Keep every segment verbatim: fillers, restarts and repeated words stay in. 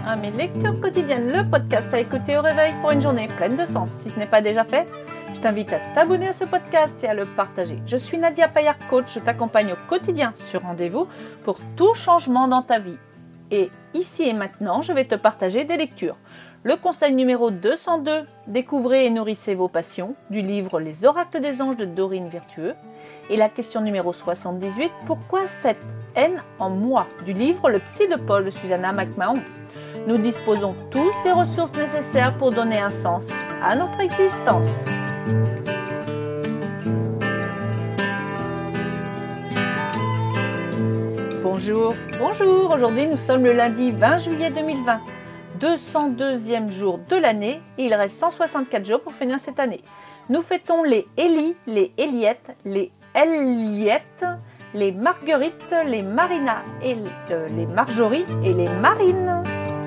à mes lectures quotidiennes, le podcast à écouter au réveil pour une journée pleine de sens. Si ce n'est pas déjà fait, je t'invite à t'abonner à ce podcast et à le partager. Je suis Nadia Payard, coach, je t'accompagne au quotidien sur rendez-vous pour tout changement dans ta vie. Et ici et maintenant, je vais te partager des lectures. Le conseil numéro deux cent deux, découvrez et nourrissez vos passions, du livre Les oracles des anges de Dorine Virtueux. Et la question numéro soixante-dix-huit, pourquoi cette haine en moi, du livre Le Psy de Paul de Susanna McMahon. Nous disposons tous des ressources nécessaires pour donner un sens à notre existence. Bonjour, bonjour, aujourd'hui nous sommes le lundi vingt juillet deux mille vingt, deux cent deuxième jour de l'année et il reste cent soixante-quatre jours pour finir cette année. Nous fêtons les Élie, les Éliettes, les Eliettes, les Marguerites, les Marina, et euh, les Marjorie et les Marines.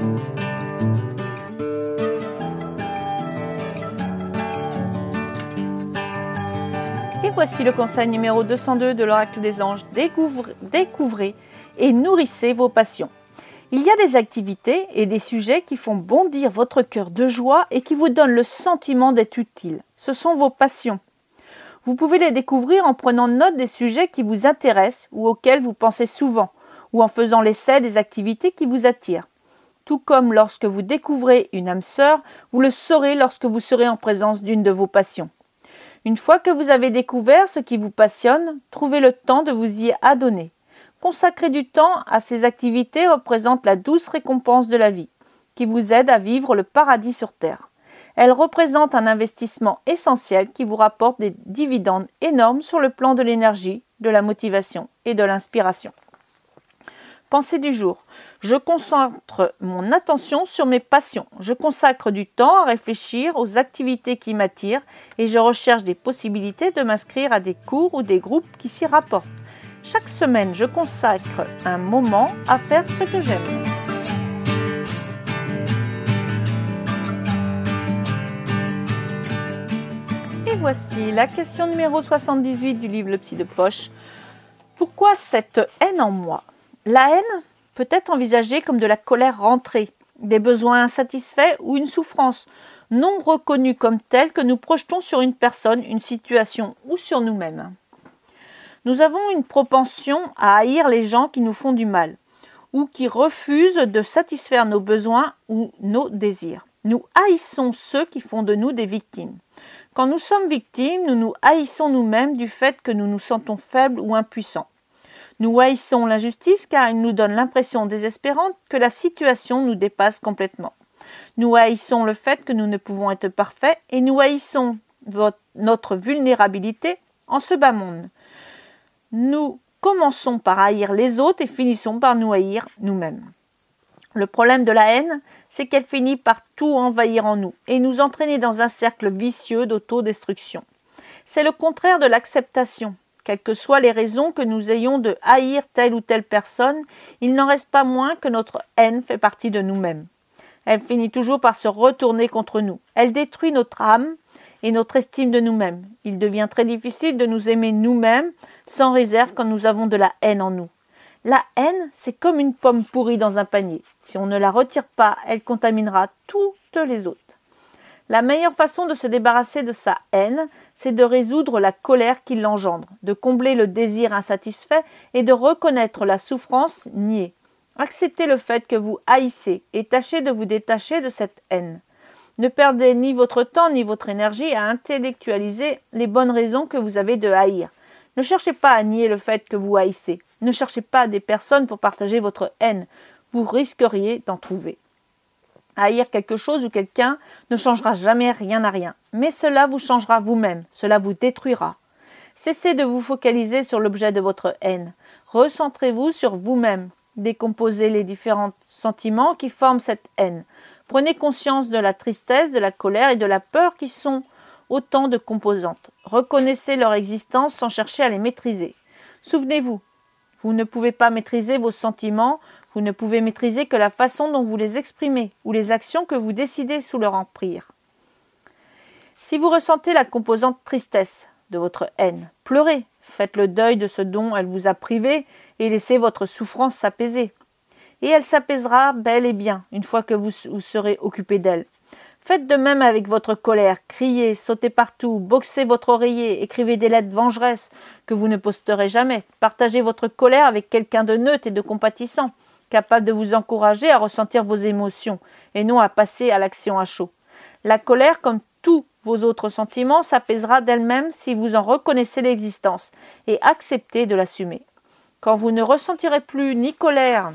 Et voici le conseil numéro deux cent deux de l'oracle des anges. Découvrez, découvrez et nourrissez vos passions. Il y a des activités et des sujets qui font bondir votre cœur de joie et qui vous donnent le sentiment d'être utile. Ce sont vos passions. Vous pouvez les découvrir en prenant note des sujets qui vous intéressent ou auxquels vous pensez souvent, ou en faisant l'essai des activités qui vous attirent. Tout comme lorsque vous découvrez une âme sœur, vous le saurez lorsque vous serez en présence d'une de vos passions. Une fois que vous avez découvert ce qui vous passionne, trouvez le temps de vous y adonner. Consacrer du temps à ces activités représente la douce récompense de la vie, qui vous aide à vivre le paradis sur terre. Elle représente un investissement essentiel qui vous rapporte des dividendes énormes sur le plan de l'énergie, de la motivation et de l'inspiration. Pensée du jour. Je concentre mon attention sur mes passions. Je consacre du temps à réfléchir aux activités qui m'attirent et je recherche des possibilités de m'inscrire à des cours ou des groupes qui s'y rapportent. Chaque semaine, je consacre un moment à faire ce que j'aime. Et voici la question numéro soixante-dix-huit du livre Le Psy de Poche. Pourquoi cette haine en moi ? La haine peut être envisagée comme de la colère rentrée, des besoins insatisfaits ou une souffrance non reconnue comme telle que nous projetons sur une personne, une situation ou sur nous-mêmes. Nous avons une propension à haïr les gens qui nous font du mal ou qui refusent de satisfaire nos besoins ou nos désirs. Nous haïssons ceux qui font de nous des victimes. Quand nous sommes victimes, nous nous haïssons nous-mêmes du fait que nous nous sentons faibles ou impuissants. Nous haïssons l'injustice car il nous donne l'impression désespérante que la situation nous dépasse complètement. Nous haïssons le fait que nous ne pouvons être parfaits et nous haïssons votre, notre vulnérabilité en ce bas monde. Nous commençons par haïr les autres et finissons par nous haïr nous-mêmes. Le problème de la haine, c'est qu'elle finit par tout envahir en nous et nous entraîner dans un cercle vicieux d'autodestruction. C'est le contraire de l'acceptation. Quelles que soient les raisons que nous ayons de haïr telle ou telle personne, il n'en reste pas moins que notre haine fait partie de nous-mêmes. Elle finit toujours par se retourner contre nous. Elle détruit notre âme et notre estime de nous-mêmes. Il devient très difficile de nous aimer nous-mêmes sans réserve quand nous avons de la haine en nous. La haine, c'est comme une pomme pourrie dans un panier. Si on ne la retire pas, elle contaminera toutes les autres. La meilleure façon de se débarrasser de sa haine, c'est de résoudre la colère qui l'engendre, de combler le désir insatisfait et de reconnaître la souffrance niée. Acceptez le fait que vous haïssez et tâchez de vous détacher de cette haine. Ne perdez ni votre temps ni votre énergie à intellectualiser les bonnes raisons que vous avez de haïr. Ne cherchez pas à nier le fait que vous haïssez. Ne cherchez pas des personnes pour partager votre haine. Vous risqueriez d'en trouver. Haïr quelque chose ou quelqu'un ne changera jamais rien à rien. Mais cela vous changera vous-même. Cela vous détruira. Cessez de vous focaliser sur l'objet de votre haine. Recentrez-vous sur vous-même. Décomposez les différents sentiments qui forment cette haine. Prenez conscience de la tristesse, de la colère et de la peur qui sont autant de composantes. Reconnaissez leur existence sans chercher à les maîtriser. Souvenez-vous, vous ne pouvez pas maîtriser vos sentiments, vous ne pouvez maîtriser que la façon dont vous les exprimez ou les actions que vous décidez sous leur empire. Si vous ressentez la composante tristesse de votre haine, pleurez, faites le deuil de ce dont elle vous a privé et laissez votre souffrance s'apaiser. et elle s'apaisera bel et bien une fois que vous, vous serez occupé d'elle. Faites de même avec votre colère, criez, sautez partout, boxez votre oreiller, écrivez des lettres vengeresses que vous ne posterez jamais. Partagez votre colère avec quelqu'un de neutre et de compatissant, capable de vous encourager à ressentir vos émotions et non à passer à l'action à chaud. La colère, comme tous vos autres sentiments, s'apaisera d'elle-même si vous en reconnaissez l'existence et acceptez de l'assumer. Quand vous ne ressentirez plus ni colère,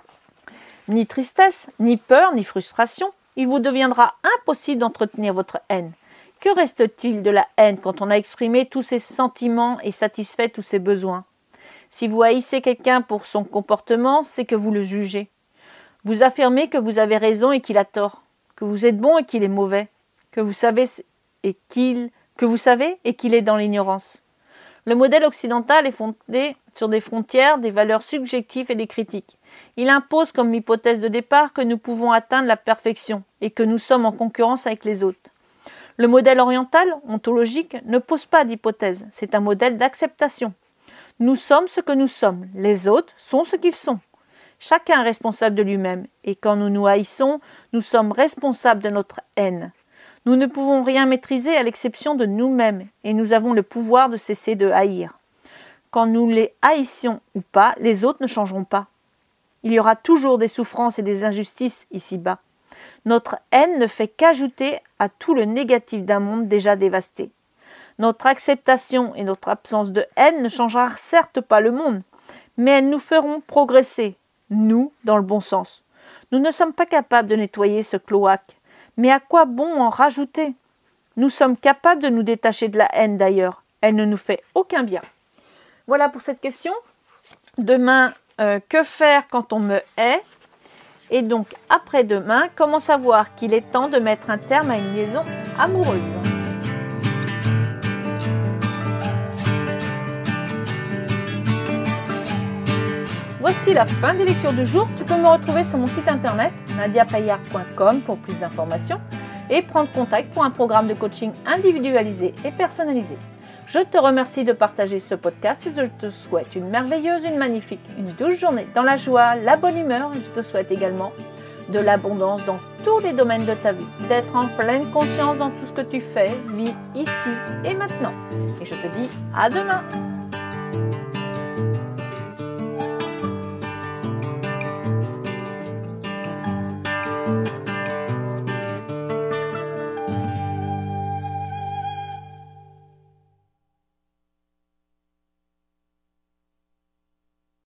ni tristesse, ni peur, ni frustration, il vous deviendra impossible d'entretenir votre haine. Que reste-t-il de la haine quand on a exprimé tous ses sentiments et satisfait tous ses besoins? Si vous haïssez quelqu'un pour son comportement, c'est que vous le jugez. Vous affirmez que vous avez raison et qu'il a tort, que vous êtes bon et qu'il est mauvais, que vous savez et qu'il que vous savez et qu'il est dans l'ignorance. Le modèle occidental est fondé sur des frontières, des valeurs subjectives et des critiques. Il impose comme hypothèse de départ que nous pouvons atteindre la perfection et que nous sommes en concurrence avec les autres. Le modèle oriental, ontologique, ne pose pas d'hypothèse, c'est un modèle d'acceptation. Nous sommes ce que nous sommes, les autres sont ce qu'ils sont. Chacun est responsable de lui-même, et quand nous nous haïssons, nous sommes responsables de notre haine. Nous ne pouvons rien maîtriser à l'exception de nous-mêmes, et nous avons le pouvoir de cesser de haïr. Quand nous les haïssions ou pas, les autres ne changeront pas. Il y aura toujours des souffrances et des injustices ici-bas. Notre haine ne fait qu'ajouter à tout le négatif d'un monde déjà dévasté. Notre acceptation et notre absence de haine ne changera certes pas le monde, mais elles nous feront progresser, nous, dans le bon sens. Nous ne sommes pas capables de nettoyer ce cloaque, mais à quoi bon en rajouter? Nous sommes capables de nous détacher de la haine d'ailleurs, elle ne nous fait aucun bien. Voilà pour cette question. Demain, euh, que faire quand on me hait? Et donc, après-demain, comment savoir qu'il est temps de mettre un terme à une liaison amoureuse? Voici la fin des lectures du jour. Tu peux me retrouver sur mon site internet nadia payard point com pour plus d'informations et prendre contact pour un programme de coaching individualisé et personnalisé. Je te remercie de partager ce podcast et je te souhaite une merveilleuse, une magnifique, une douce journée dans la joie, la bonne humeur. Je te souhaite également de l'abondance dans tous les domaines de ta vie, d'être en pleine conscience dans tout ce que tu fais, vis ici et maintenant. Et je te dis à demain.